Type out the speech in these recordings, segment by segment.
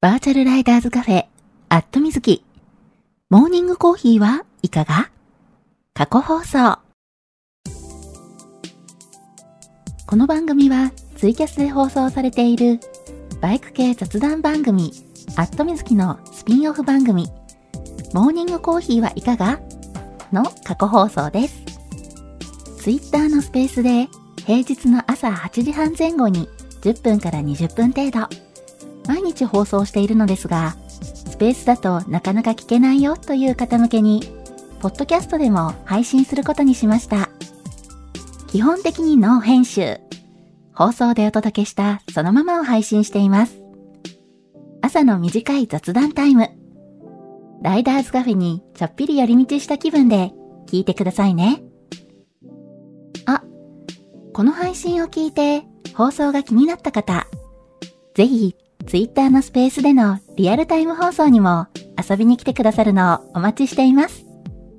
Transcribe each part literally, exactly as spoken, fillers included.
バーチャルライダーズカフェ、アットみずき。モーニングコーヒーはいかが？過去放送。この番組はツイキャスで放送されているバイク系雑談番組、アットみずきのスピンオフ番組、モーニングコーヒーはいかが？の過去放送です。ツイッターのスペースで平日の朝はちじはん前後にじゅっぷんからにじゅっぷん程度、毎日放送しているのですが、スペースだとなかなか聞けないよという方向けに、ポッドキャストでも配信することにしました。基本的にノー編集。放送でお届けしたそのままを配信しています。朝の短い雑談タイム。ライダーズカフェにちょっぴり寄り道した気分で聞いてくださいね。あ、この配信を聞いて放送が気になった方、ぜひツイッターのスペースでのリアルタイム放送にも遊びに来てくださるのをお待ちしています。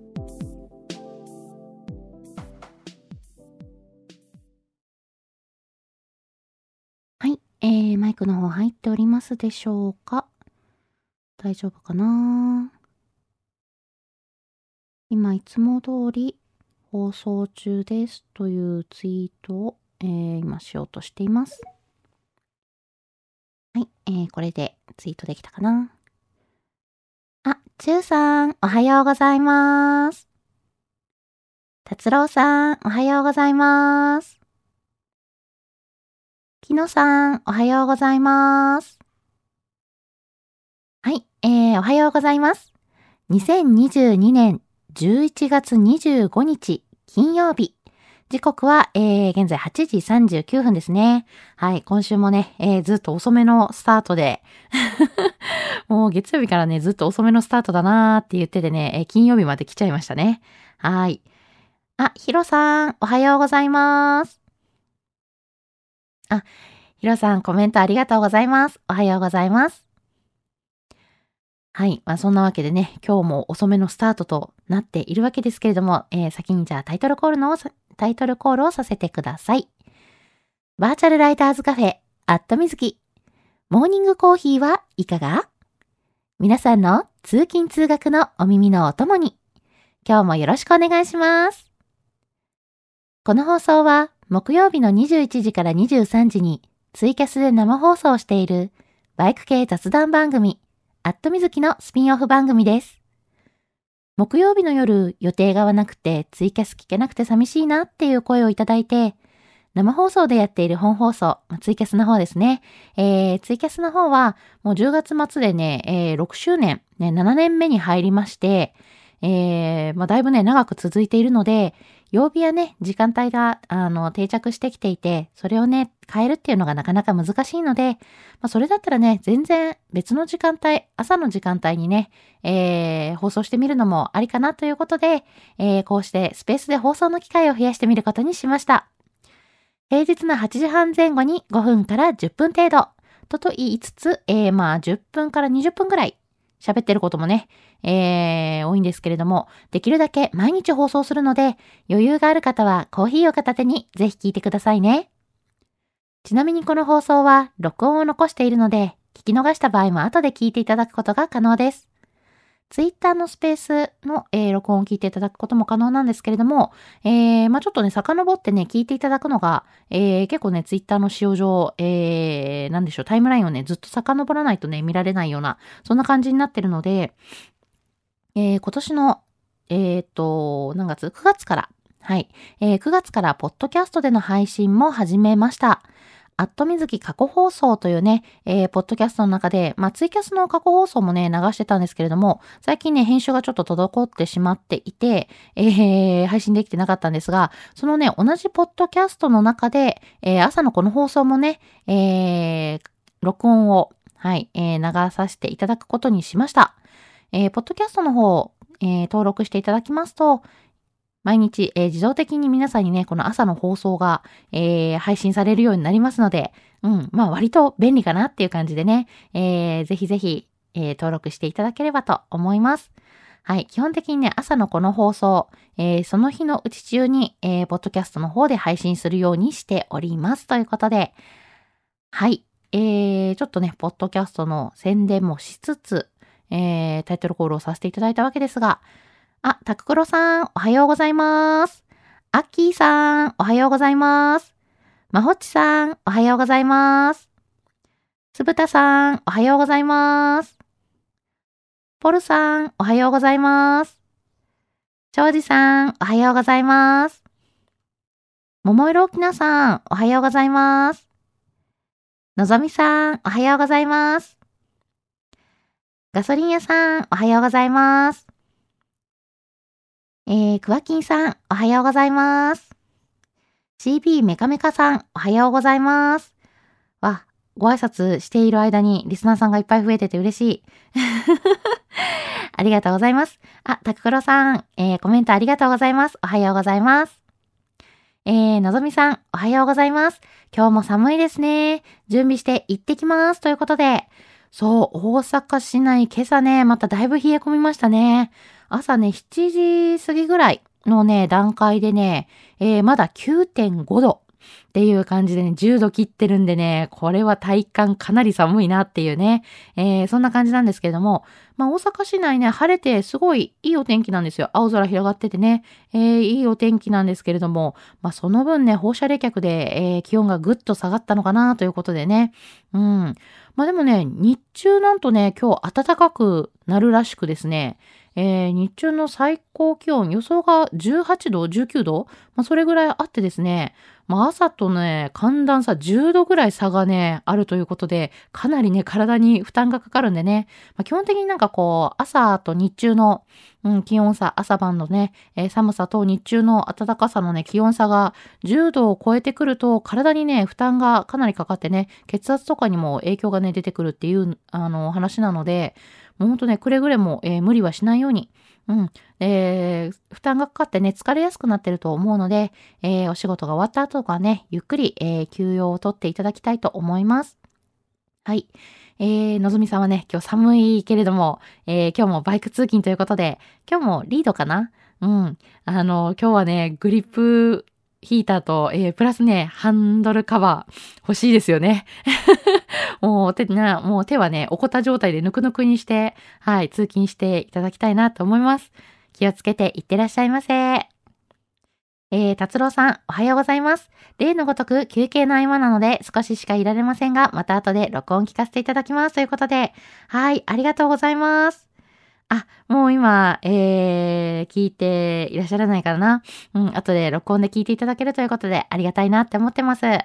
はい、えー、マイクの方入っておりますでしょうか？大丈夫かな？今いつも通り放送中ですというツイートを、えー、今しようとしています。はい、えー、これでツイートできたかな？あ、ちゅうさん、おはようございます。達郎さん、おはようございます。きのさん、おはようございます。はい、えー、おはようございます。にせんにじゅうにねんじゅういちがつにじゅうごにち、金曜日。時刻は、えー、現在はちじさんじゅうきゅうふんですね。はい、今週もね、えー、ずっと遅めのスタートで、もう月曜日からね、ずっと遅めのスタートだなーって言っててね、えー、金曜日まで来ちゃいましたね。はい。あ、ヒロさん、おはようございます。あ、ヒロさん、コメントありがとうございます。おはようございます。はい。まあ、そんなわけでね、今日も遅めのスタートとなっているわけですけれども、えー、先にじゃあタイトルコールの、タイトルコールをさせてください。バーチャルライダーズカフェ、アットみずき。モーニングコーヒーはいかが？皆さんの通勤通学のお耳のお供に、今日もよろしくお願いします。この放送は木曜日のにじゅういちじからにじゅうさんじにツイキャスで生放送しているバイク系雑談番組、アットみずきのスピンオフ番組です。木曜日の夜予定が合わなくてツイキャス聞けなくて寂しいなっていう声をいただいて、生放送でやっている本放送、ツイキャスの方ですね。えー、ツイキャスの方はもうじゅうがつ末でね、えー、ろくしゅうねん、ね、ななねんめに入りまして、えー、まあ、だいぶね、長く続いているので、曜日やね、時間帯が、あの、定着してきていて、それをね、変えるっていうのがなかなか難しいので、まあ、それだったらね、全然別の時間帯、朝の時間帯にね、えー、放送してみるのもありかなということで、えー、こうしてスペースで放送の機会を増やしてみることにしました。平日のはちじはん前後にごふんからじゅっぷん程度、とと言いつつ、えー、まあじゅっぷんからにじゅっぷんぐらい喋ってることもね、えー、多いんですけれども、できるだけ毎日放送するので、余裕がある方はコーヒーを片手にぜひ聞いてくださいね。ちなみにこの放送は録音を残しているので、聞き逃した場合も後で聞いていただくことが可能です。ツイッターのスペースの、えー、録音を聞いていただくことも可能なんですけれども、えー、まあちょっとね、遡ってね、聞いていただくのが、えー、結構ね、ツイッターの使用上、えー、なんでしょう、タイムラインをね、ずっと遡らないとね、見られないような、そんな感じになってるので、えー、今年の、えーと、何月 ?く 月から、はい、えー、くがつから、ポッドキャストでの配信も始めました。アットみずき過去放送というね、えー、ポッドキャストの中で、まあ、ツイキャスの過去放送もね、流してたんですけれども、最近ね、編集がちょっと滞ってしまっていて、えー、配信できてなかったんですが、そのね、同じポッドキャストの中で、えー、朝のこの放送もね、えー、録音を、はい、えー、流させていただくことにしました。えー、ポッドキャストの方、えー、登録していただきますと、毎日、えー、自動的に皆さんにね、この朝の放送が、えー、配信されるようになりますので、うん、まあ割と便利かなっていう感じでね、えー、ぜひぜひ、えー、登録していただければと思います。はい、基本的にね、朝のこの放送、えー、その日のうち中に、えー、ポッドキャストの方で配信するようにしております。ということで、はい、 えー、ちょっとね、ポッドキャストの宣伝もしつつ、えー、タイトルコールをさせていただいたわけですが、あ、タククロさん、おはようございます。アッキーさん、おはようございます。まほっちさん、おはようございます。つぶたさん、おはようございます。ポルさん、おはようございます。ちょうじさん、おはようございます。ももいろおきなさん、おはようございます。のぞみさん、おはようございます。ガソリン屋さん、おはようございます。えー、くわきんさん、おはようございます。シービー メカメカさん、おはようございます。わ、ご挨拶している間にリスナーさんがいっぱい増えてて嬉しい。ありがとうございます。あ、たくくろさん、えー、コメントありがとうございます。おはようございます。えー、のぞみさん、おはようございます。今日も寒いですね。準備して行ってきます。ということで、そう、大阪市内今朝ね、まただいぶ冷え込みましたね。朝ね、しちじ過ぎぐらいのね、段階でね、えー、まだ きゅうてんご 度っていう感じでね、じゅうど切ってるんでね、これは体感かなり寒いなっていうね、えー、そんな感じなんですけれども、まあ大阪市内ね、晴れてすごいいいお天気なんですよ。青空広がっててね、えー、いいお天気なんですけれども、まあその分ね、放射冷却で、えー、気温がぐっと下がったのかなということでね、うん。まあでもね、日中なんとね、今日暖かくなるらしくですね、えー、日中の最高気温、予想がじゅうはちど、じゅうきゅうど、まあそれぐらいあってですね、まあ朝とね、寒暖差じゅうどぐらい差がね、あるということで、かなりね、体に負担がかかるんでね、まあ、基本的になんかこう、朝と日中の、うん、気温差、朝晩のね、えー寒さと日中の暖かさのね、気温差がじゅうどを超えてくると、体にね、負担がかなりかかってね、血圧とかにも影響がね、出てくるっていう、あの、話なので、もうほんとね、くれぐれも、えー無理はしないように、うん。えー負担がかかってね、疲れやすくなってると思うので、えーお仕事が終わった後とかね、ゆっくり、えー休養をとっていただきたいと思います。はい。えー、のぞみさんはね、今日寒いけれども、えー今日もバイク通勤ということで、今日もリードかな。うん。あの、今日はね、グリップヒーターと、えープラスね、ハンドルカバー欲しいですよね。もう手な、もう手はね、おこた状態でぬくぬくにして、はい、通勤していただきたいなと思います。気をつけていってらっしゃいませ。えー、達郎さん、おはようございます。例のごとく休憩の合間なので少ししかいられませんが、また後で録音聞かせていただきます。ということで、はい、ありがとうございます。あ、もう今、えー、聞いていらっしゃらないからな。うん、後で録音で聞いていただけるということで、ありがたいなって思ってます。はい、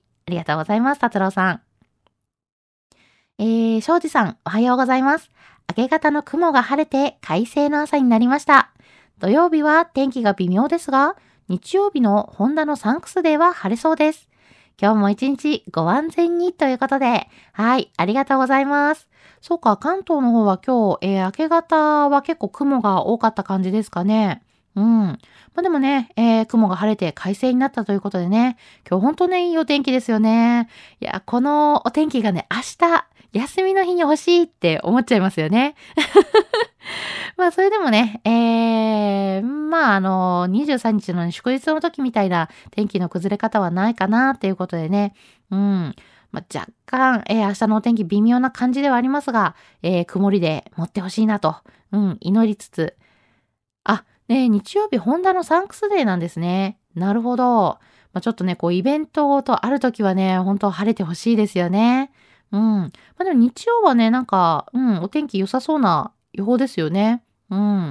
ありがとうございます、達郎さん。えー、庄司さん、おはようございます。明け方の雲が晴れて快晴の朝になりました。土曜日は天気が微妙ですが、日曜日のホンダのサンクスデーは晴れそうです。今日も一日ご安全にということで、はい、ありがとうございます。そうか、関東の方は今日、えー、明け方は結構雲が多かった感じですかね。うん。まあでもね、えー、雲が晴れて快晴になったということでね、今日ほんとね、いいお天気ですよね。いや、このお天気がね、明日、休みの日に欲しいって思っちゃいますよね。まあ、それでもね、えー、まあ、あの、にじゅうさんにちの祝日の時みたいな天気の崩れ方はないかなっていうことでね、うん。まあ、若干、えー、明日のお天気微妙な感じではありますが、えー、曇りで持ってほしいなと、うん、祈りつつ、あ、ね、日曜日、ホンダのサンクスデーなんですね。なるほど。まあ、ちょっとね、こう、イベントとある時はね、本当晴れてほしいですよね。うん。まあ、でも日曜はね、なんか、うん、お天気良さそうな予報ですよね。うん。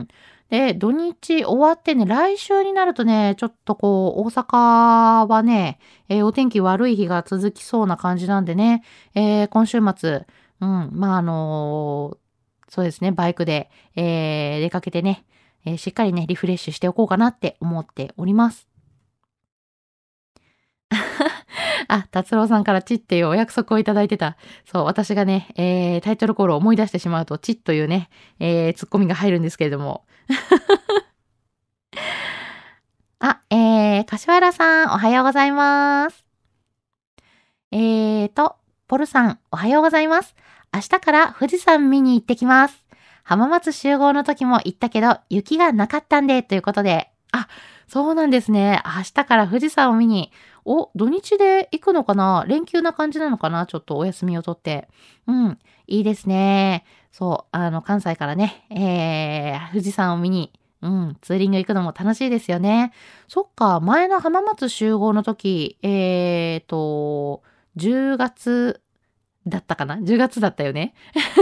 で、土日終わってね、来週になるとね、ちょっとこう、大阪はね、えーお天気悪い日が続きそうな感じなんでね、えー今週末、うん、まあ、あのーそうですね、バイクで、えー出かけてね、えーしっかりね、リフレッシュしておこうかなって思っております。あ、達郎さんからチッっていうお約束をいただいてた。そう、私がね、えー、タイトルコールを思い出してしまうと、チッというね、えー、ツッコミが入るんですけれども。あ、えー、柏原さん、おはようございます。えーと、ポルさん、おはようございます。明日から富士山見に行ってきます。浜松集合の時も行ったけど、雪がなかったんで、ということで。あ、そうなんですね。明日から富士山を見に。 お、土日で行くのかな？連休な感じなのかな？ちょっとお休みを取って。うん、いいですね。そう、あの、関西からね、えー、富士山を見に、うん、ツーリング行くのも楽しいですよね。そっか、前の浜松集合の時、えーと、じゅうがつだったかな？ じゅう 月だったよね。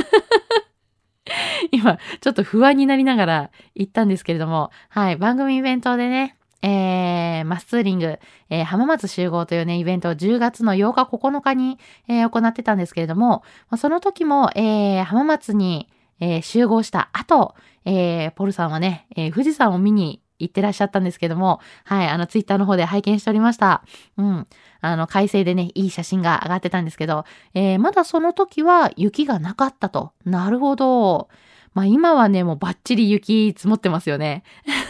今、ちょっと不安になりながら行ったんですけれども、はい、番組イベントでね、えー、マスツーリング、えー、浜松集合というね、イベントをじゅうがつのようかここのかに、えー、行ってたんですけれども、まあ、その時も、えー、浜松に、えー、集合した後、えー、ポルさんはね、えー、富士山を見に行ってらっしゃったんですけども、はい、あの、ツイッターの方で拝見しておりました。うん。あの、快晴でね、いい写真が上がってたんですけど、えー、まだその時は雪がなかったと。なるほど。まあ今はね、もうバッチリ雪積もってますよね。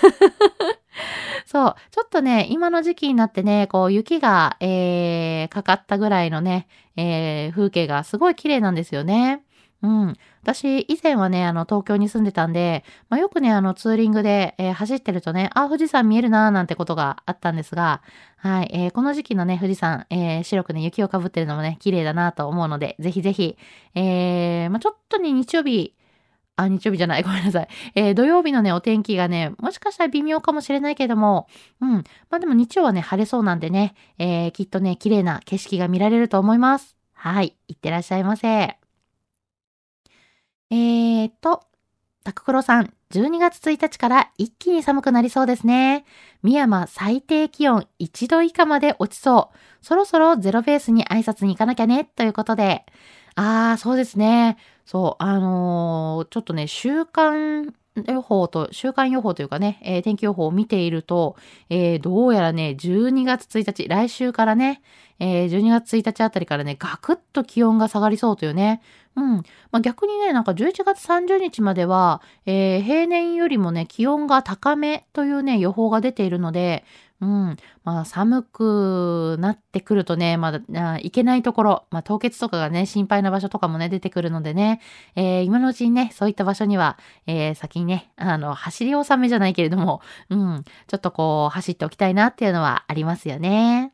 そう。ちょっとね、今の時期になってね、こう雪が、えー、かかったぐらいのね、えー、風景がすごい綺麗なんですよね。うん。私、以前はね、あの、東京に住んでたんで、まあ、よくね、あの、ツーリングで、えー走ってるとね、あ、富士山見えるなーなんてことがあったんですが、はい、えーこの時期のね、富士山、えー白くね、雪をかぶってるのもね、綺麗だなと思うので、ぜひぜひ、えー、まあ、ちょっとね、日曜日、あ、日曜日じゃない、ごめんなさい。えー土曜日のね、お天気がね、もしかしたら微妙かもしれないけども、うん。まあでも日曜はね、晴れそうなんでね、えーきっとね、綺麗な景色が見られると思います。はい。いってらっしゃいませ。えーと、タククロさん、じゅうにがつついたちから一気に寒くなりそうですね。深山最低気温いちど以下まで落ちそう。そろそろゼロベースに挨拶に行かなきゃね、ということで。ああ、そうですね。そう、あのーちょっとね、週間予報と、週間予報というかね、えー天気予報を見ていると、えーどうやらね、じゅうにがつついたち、来週からね、えーじゅうにがつついたちあたりからね、ガクッと気温が下がりそうというね。うん。まあ、逆にね、なんかじゅういちがつさんじゅうにちまでは、えー平年よりもね、気温が高めというね、予報が出ているので、うん。まあ、寒くなってくるとね、まだ、あいけないところ、まあ、凍結とかがね、心配な場所とかもね、出てくるのでね、えー今のうちにね、そういった場所には、えー先にね、あの、走り納めじゃないけれども、うん、ちょっとこう、走っておきたいなっていうのはありますよね。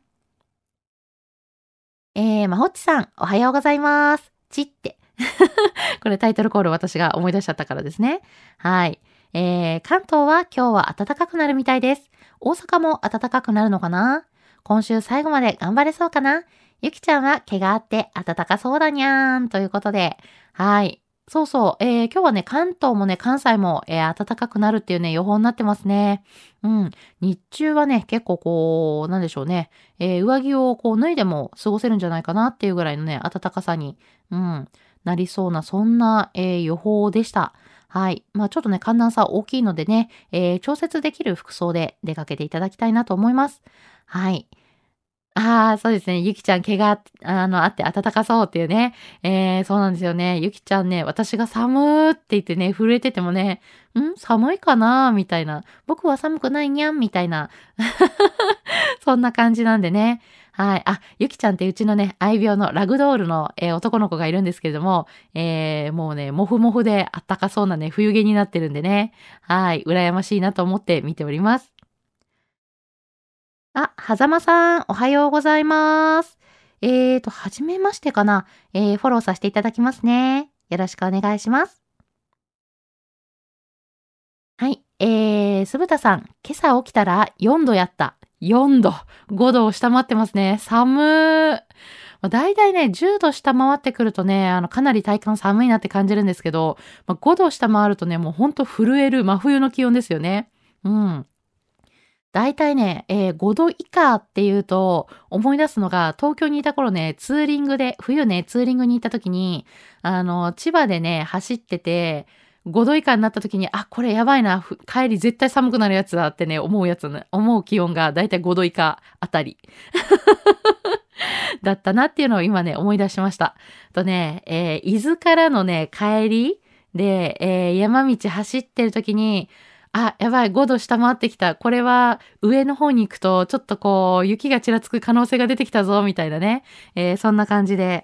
えー、まほっちさん、おはようございます。ちって。これタイトルコール私が思い出しちゃったからですね。はい。えー、関東は今日は暖かくなるみたいです。大阪も暖かくなるのかな？今週最後まで頑張れそうかな？ゆきちゃんは毛があって暖かそうだにゃーん。ということで。はい。そうそう。えー、今日はね、関東もね、関西も、えー暖かくなるっていうね、予報になってますね。うん。日中はね、結構こう、なんでしょうね。えー上着をこう脱いでも過ごせるんじゃないかなっていうぐらいのね、暖かさに、うん、なりそうな、そんな、えー予報でした。はい。まあちょっとね、寒暖差大きいのでね、えー調節できる服装で出かけていただきたいなと思います。はい。ああ、そうですね。ゆきちゃん毛が、あの、あって暖かそうっていうね。えー、そうなんですよね。ゆきちゃんね、私が寒ーって言ってね、震えててもね、ん寒いかなみたいな。僕は寒くないにゃんみたいな。そんな感じなんでね。はい。あ、ゆきちゃんってうちのね、愛病のラグドールの、えー男の子がいるんですけれども、えー、もうね、もふもふであったかそうなね、冬毛になってるんでね。はい。羨ましいなと思って見ております。あ、はざまさん、おはようございます。えーと、はじめましてかな。えー、フォローさせていただきますね。よろしくお願いします。はい。えー、すぶたさん、今朝起きたらよんどやった。よんど。ごどを下回ってますね。寒ー。まあ、大体ね、じゅうど下回ってくるとね、あの、かなり体感寒いなって感じるんですけど、まあ、ごど下回るとね、もうほんと震える真冬の気温ですよね。うん。大体ね、えーごど以下っていうと、思い出すのが、東京にいた頃ね、ツーリングで、冬ね、ツーリングに行った時に、あの、千葉でね、走ってて、ごど以下になった時に、あ、これやばいな、ふ帰り絶対寒くなるやつだってね、思うやつね、思う気温が大体ごど以下あたりだったなっていうのを今ね、思い出しました。とね、えー伊豆からのね、帰りで、えー山道走ってる時に、あ、やばい、ごど下回ってきた。これは上の方に行くと、ちょっとこう、雪がちらつく可能性が出てきたぞ、みたいなね。えーそんな感じで。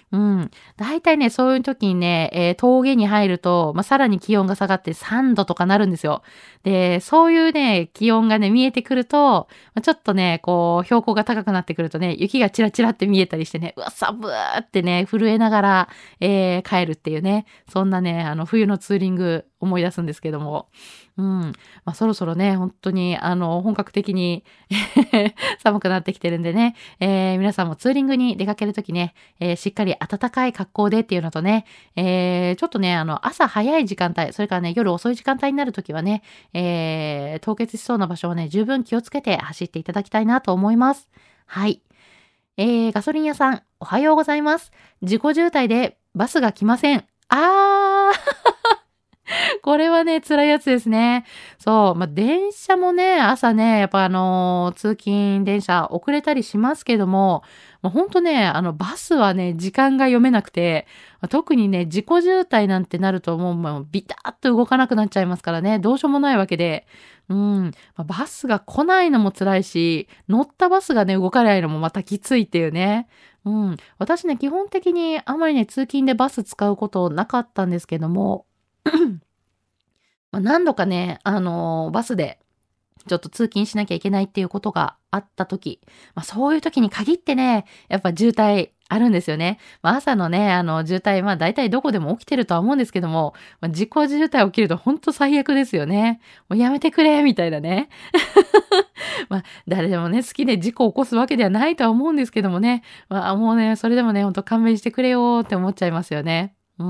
うん。だいたいね、そういう時にね、えー峠に入ると、まあ、さらに気温が下がってさんどとかなるんですよ。で、そういうね、気温がね、見えてくると、まあ、ちょっとね、こう、標高が高くなってくるとね、雪がチラチラって見えたりしてね、うわ、寒ーってね、震えながら、えー帰るっていうね、そんなね、あの、冬のツーリング思い出すんですけども。うん。まあ、そろそろね、本当に、あの、本格的に寒くなってきてるんでね、えー皆さんもツーリングに出かけるときね、えーしっかり暖かい格好でっていうのとね、えーちょっとね、あの、朝早い時間帯、それからね、夜遅い時間帯になるときはね、えー凍結しそうな場所をね、十分気をつけて走っていただきたいなと思います。はい。えー、ガソリン屋さん、おはようございます。自己渋滞でバスが来ません。あーこれはね、辛いやつですね。そう。まあ、電車もね、朝ね、やっぱあのー通勤電車遅れたりしますけども、まあ、ほんとね、あの、バスはね、時間が読めなくて、まあ特にね、自己渋滞なんてなるともう、もうビタッと動かなくなっちゃいますからね、どうしようもないわけで。うん。まあ、バスが来ないのも辛いし、乗ったバスがね、動かないのもまたきついっていうね。うん。私ね、基本的にあまりね、通勤でバス使うことなかったんですけども、まあ、何度かね、あのーバスでちょっと通勤しなきゃいけないっていうことがあった時、まあ、そういう時に限ってね、やっぱ渋滞あるんですよね。まあ、朝のね、あの、渋滞、まあ、大体どこでも起きてるとは思うんですけども、まあ、自己渋滞起きると本当最悪ですよね。もうやめてくれみたいなね。まあ、誰でもね、好きで事故を起こすわけではないとは思うんですけどもね。まあ、もうね、それでもね、ほんと勘弁してくれよって思っちゃいますよね。うん。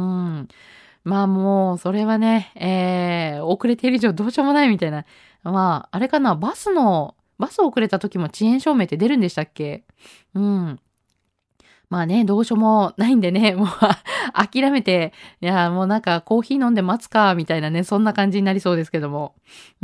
まあもう、それはね、えー、遅れている以上どうしようもないみたいな。まあ、あれかな、バスの、バス遅れた時も遅延証明って出るんでしたっけ？うん。まあね、どうしようもないんでね、もう諦めて、いや、もうなんかコーヒー飲んで待つか、みたいなね、そんな感じになりそうですけども。うん。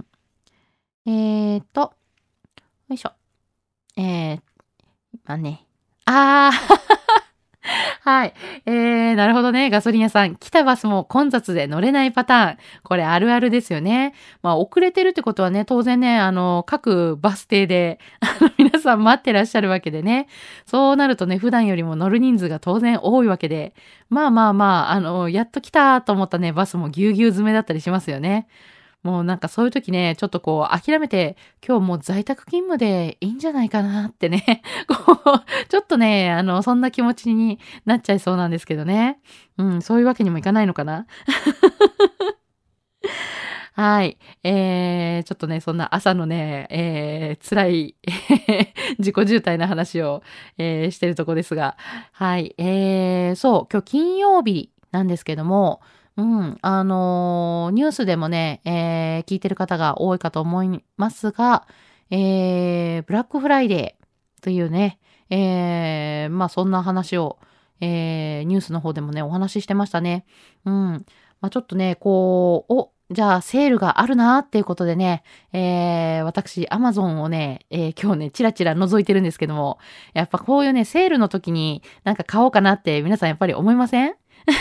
えーと、よいしょ。えー、まあね。あーはい。えー、なるほどね。ガソリン屋さん。来たバスも混雑で乗れないパターン。これあるあるですよね。まあ、遅れてるってことはね、当然ね、あの、各バス停で、あの、皆さん待ってらっしゃるわけでね。そうなるとね、普段よりも乗る人数が当然多いわけで。まあまあまあ、あの、やっと来たと思ったね、バスもぎゅうぎゅう詰めだったりしますよね。もうなんかそういう時ね、ちょっとこう諦めて、今日もう在宅勤務でいいんじゃないかなってね、こう、ちょっとね、あの、そんな気持ちになっちゃいそうなんですけどね。うん、そういうわけにもいかないのかな。はい。えー、ちょっとね、そんな朝のね、えー、辛い自己渋滞の話を、えー、してるとこですが。はい。えー、そう、今日金曜日なんですけども、うん、あのーニュースでもね、えー、聞いてる方が多いかと思いますが、えー、ブラックフライデーというね、えー、まあそんな話を、えー、ニュースの方でもね、お話ししてましたね。うん。まあちょっとね、こう、お、じゃあセールがあるなっていうことでね、えー、私、アマゾンをね、えー、今日ね、チラチラ覗いてるんですけども、やっぱこういうね、セールの時になんか買おうかなって皆さんやっぱり思いません？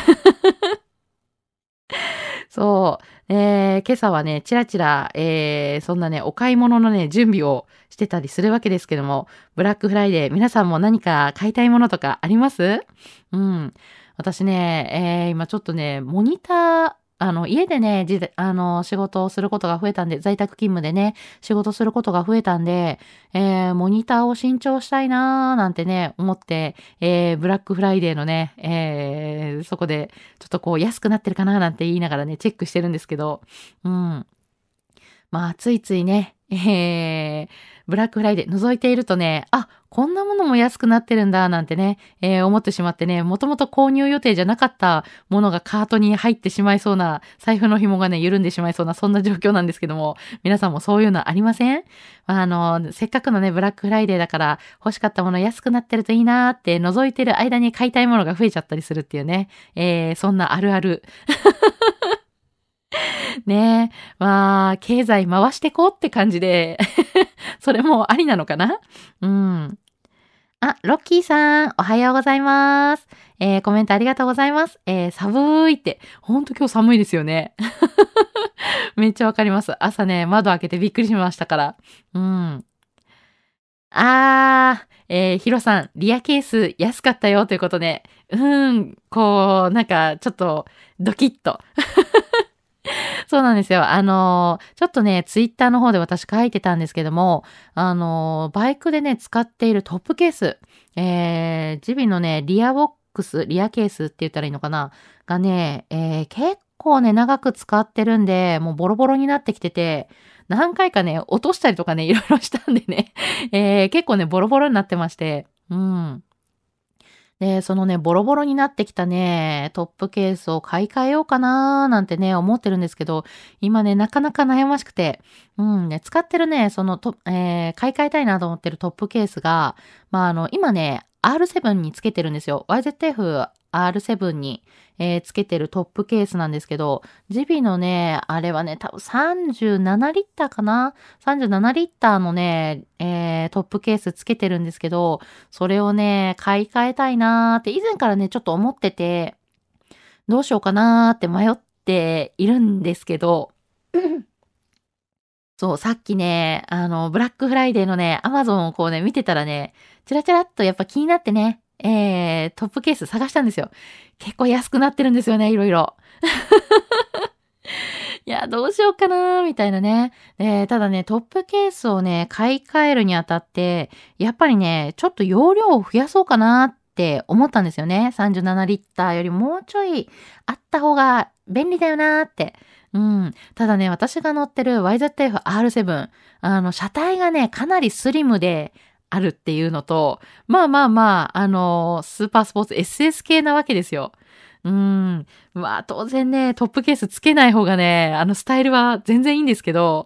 そう。えー、今朝はね、ちらちら、えー、そんなね、お買い物のね、準備をしてたりするわけですけども、ブラックフライデー、皆さんも何か買いたいものとかあります？うん。私ね、えー、今ちょっとね、モニター、あの、家でね、じあの、仕事をすることが増えたんで、在宅勤務でね、仕事することが増えたんで、えー、モニターを新調したいなーなんてね、思って、えー、ブラックフライデーのね、えー、そこで、ちょっとこう安くなってるかななんて言いながらね、チェックしてるんですけど、うん。まあ、ついついね、えー、ブラックフライデー覗いているとね、あ、こんなものも安くなってるんだ、なんてね、えー思ってしまってね、もともと購入予定じゃなかったものがカートに入ってしまいそうな、財布の紐がね、緩んでしまいそうな、そんな状況なんですけども、皆さんもそういうのありません？まあ、あの、せっかくのね、ブラックフライデーだから欲しかったもの安くなってるといいなーって覗いてる間に買いたいものが増えちゃったりするっていうね、えー、そんなあるある。ねえ。まあ、経済回してこうって感じでそれもありなのかな？うん。あ、ロッキーさん、おはようございます。えー、コメントありがとうございます。えー、寒いって。ほんと今日寒いですよね。めっちゃわかります。朝ね、窓開けてびっくりしましたから。うん。 あー、えー、ヒロさん、リアケース安かったよということで、うーん、こう、なんか、ちょっと、ドキッと。そうなんですよ。あのー、ちょっとね、ツイッターの方で私書いてたんですけども、あのー、バイクでね、使っているトップケース、えー、ジビのね、リアボックス、リアケースって言ったらいいのかながね、えー、結構ね、長く使ってるんで、もうボロボロになってきてて、何回かね、落としたりとかね、いろいろしたんでね、えー、結構ね、ボロボロになってまして、うん。で、そのね、ボロボロになってきたね、トップケースを買い替えようかなーなんてね、思ってるんですけど、今ね、なかなか悩ましくて、うんね、使ってるね、そのと、えー買い替えたいなと思ってるトップケースが、まあ、あの、今ね、アールセブン につけてるんですよ。ワイゼットエフアールセブン に、えーつけてるトップケースなんですけど、ジビのね、あれはね、多分さんじゅうななリッターかな ?さんじゅうなな リッターのね、えートップケースつけてるんですけど、それをね、買い替えたいなーって以前からね、ちょっと思ってて、どうしようかなーって迷っているんですけど、そう、さっきね、あの、ブラックフライデーのね、アマゾンをこうね、見てたらね、チラチラっとやっぱ気になってね、えー、トップケース探したんですよ。結構安くなってるんですよね、いろいろ。いや、どうしようかなーみたいなね。えー、ただね、トップケースをね、買い替えるにあたって、やっぱりね、ちょっと容量を増やそうかなって思ったんですよね。さんじゅうななリッターよりもうちょいあった方が便利だよなーって。うん。ただね、私が乗ってる ワイゼットエフアールセブン、あの、車体がね、かなりスリムで、あるっていうのと、まあまあまあ、あのスーパースポーツ エスエス 系なわけですよ。うーん。まあ、当然ね、トップケースつけない方がね、あのスタイルは全然いいんですけど、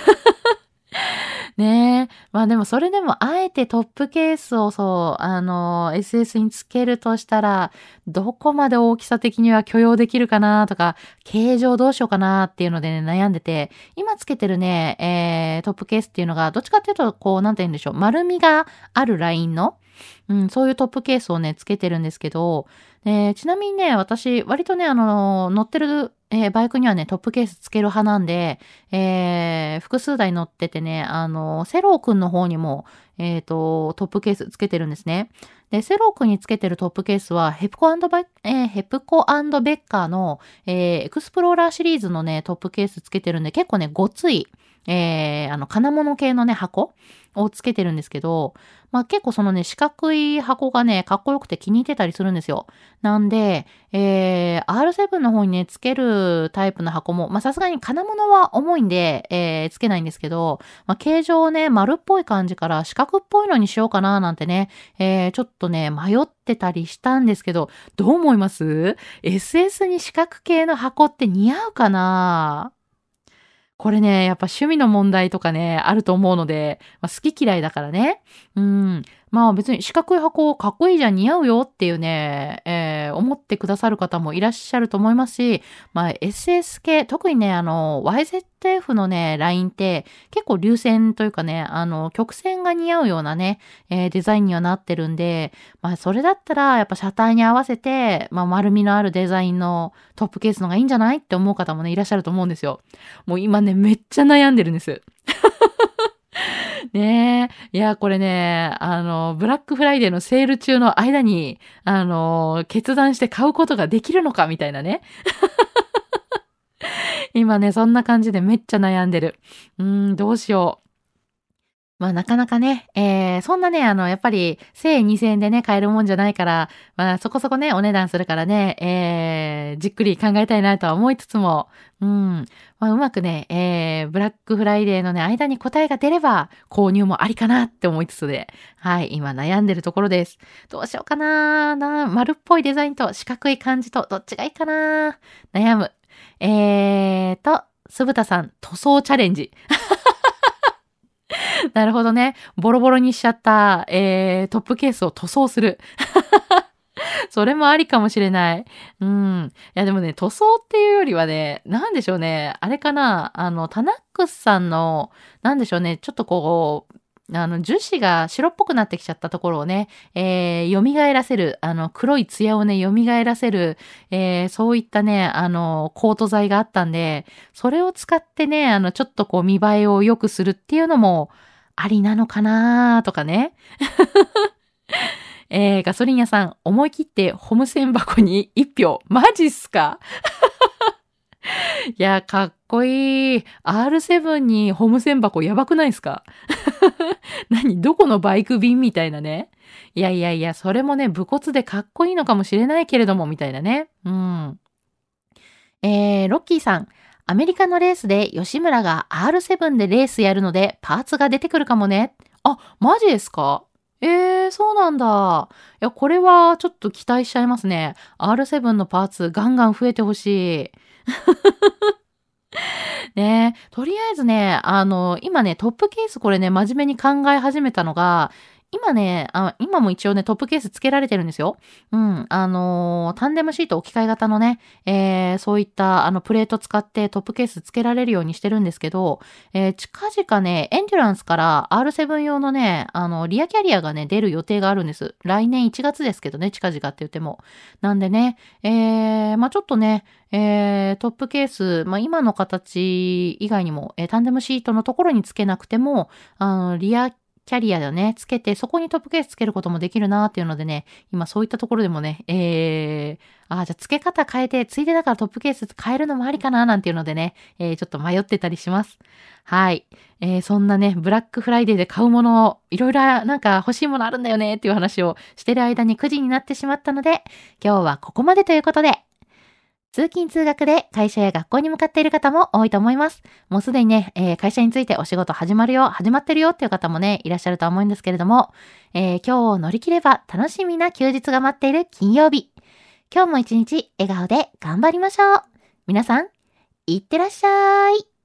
ねえ。まあでもそれでもあえてトップケースをそう、あの、エスエス につけるとしたら、どこまで大きさ的には許容できるかなとか、形状どうしようかなっていうのでね、悩んでて、今つけてるね、えー、トップケースっていうのが、どっちかっていうと、こう、なんて言うんでしょう、丸みがあるラインの、うん、そういうトップケースをね、つけてるんですけど、えーちなみにね、私、割とね、あの、乗ってる、えーバイクにはね、トップケースつける派なんで、えー複数台乗っててね、あの、セローくんの方にも、えっと、トップケースつけてるんですね。で、セローくんにつけてるトップケースは、ヘプコバイ、えーヘプコベッカーの、えーエクスプローラーシリーズのね、トップケースつけてるんで、結構ね、ごつい、えーあの、金物系のね、箱をつけてるんですけど、まあ結構そのね、四角い箱がね、かっこよくて気に入ってたりするんですよ。なんで、えー、アールセブン の方にね、つけるタイプの箱も、まあさすがに金物は重いんで、えー、つけないんですけど、まあ形状をね、丸っぽい感じから四角っぽいのにしようかななんてね、えー、ちょっとね、迷ってたりしたんですけど、どう思います？ エスエス に四角系の箱って似合うかな？これね、やっぱ趣味の問題とかね、あると思うので、まあ、好き嫌いだからね。うん。まあ別に四角い箱かっこいいじゃん、似合うよっていうね、えー思ってくださる方もいらっしゃると思いますし、まあ エスエス 系、特にね、あの、ワイゼットエフ のね、ラインって結構流線というかね、あの、曲線が似合うようなね、えーデザインにはなってるんで、まあそれだったらやっぱ車体に合わせて、まあ丸みのあるデザインのトップケースのがいいんじゃないって思う方もね、いらっしゃると思うんですよ。もう今ね、めっちゃ悩んでるんです。ねえ。いや、これね、あの、ブラックフライデーのセール中の間に、あの、決断して買うことができるのかみたいなね。今ね、そんな感じでめっちゃ悩んでる。うーん、どうしよう。まあなかなかね、えー、そんなね、あの、やっぱり、せいにせんえんでね、買えるもんじゃないから、まあそこそこね、お値段するからね、えー、じっくり考えたいなとは思いつつも、うん、まあうまくね、えー、ブラックフライデーのね、間に答えが出れば、購入もありかなって思いつつで、はい、今悩んでるところです。どうしようかなな、丸っぽいデザインと四角い感じと、どっちがいいかな悩む。えーと、すぶたさん、塗装チャレンジ。なるほどね。ボロボロにしちゃった、えー、トップケースを塗装する。それもありかもしれない。うん。いや、でもね、塗装っていうよりはね、なんでしょうね。あれかな。あの、タナックスさんの、なんでしょうね。ちょっとこう、あの、樹脂が白っぽくなってきちゃったところをね、えー、蘇らせる、あの、黒い艶をね、蘇らせる、えー、そういったね、あの、コート剤があったんで、それを使ってね、あの、ちょっとこう、見栄えを良くするっていうのも、 ありなのかなとかね。えー、ガソリン屋さん、思い切ってホム線箱に一票。マジっすか？いや、かっこいい。アールセブン にホム線箱やばくないですか？何どこのバイク便みたいなね。いやいやいや、それもね、武骨でかっこいいのかもしれないけれども、みたいなね。うん。えー、ロッキーさん。アメリカのレースで吉村が アールセブン でレースやるのでパーツが出てくるかもね。あ、マジですか？えー、そうなんだ。いや、これはちょっと期待しちゃいますね。アールセブン のパーツガンガン増えてほしい。ねえ、とりあえずね、あの、今ね、トップケースこれね、真面目に考え始めたのが、今ね、あ今も一応ね、トップケース付けられてるんですよ。うん。あのータンデムシート置き換え型のね、えー、そういった、あの、プレート使ってトップケース付けられるようにしてるんですけど、えー、近々ね、エンデュランスから アールセブン 用のね、あの、リアキャリアがね、出る予定があるんです。来年いちがつですけどね、近々って言っても。なんでね、えー、まあちょっとね、えー、トップケース、まあ、今の形以外にも、えー、タンデムシートのところにつけなくても、あの、リアキャリアでね、つけて、そこにトップケースつけることもできるなっていうのでね、今そういったところでもね、えー、あ、じゃあ付け方変えて、ついでだからトップケース変えるのもありかななんていうのでね、えー、ちょっと迷ってたりします。はい。えー、そんなね、ブラックフライデーで買うものを、いろいろなんか欲しいものあるんだよねっていう話をしてる間にくじになってしまったので、今日はここまでということで、通勤通学で会社や学校に向かっている方も多いと思います。もうすでにね、えー会社についてお仕事始まるよ、始まってるよっていう方もね、いらっしゃるとは思うんですけれども、えー今日を乗り切れば楽しみな休日が待っている金曜日。今日も一日笑顔で頑張りましょう。皆さん、いってらっしゃい。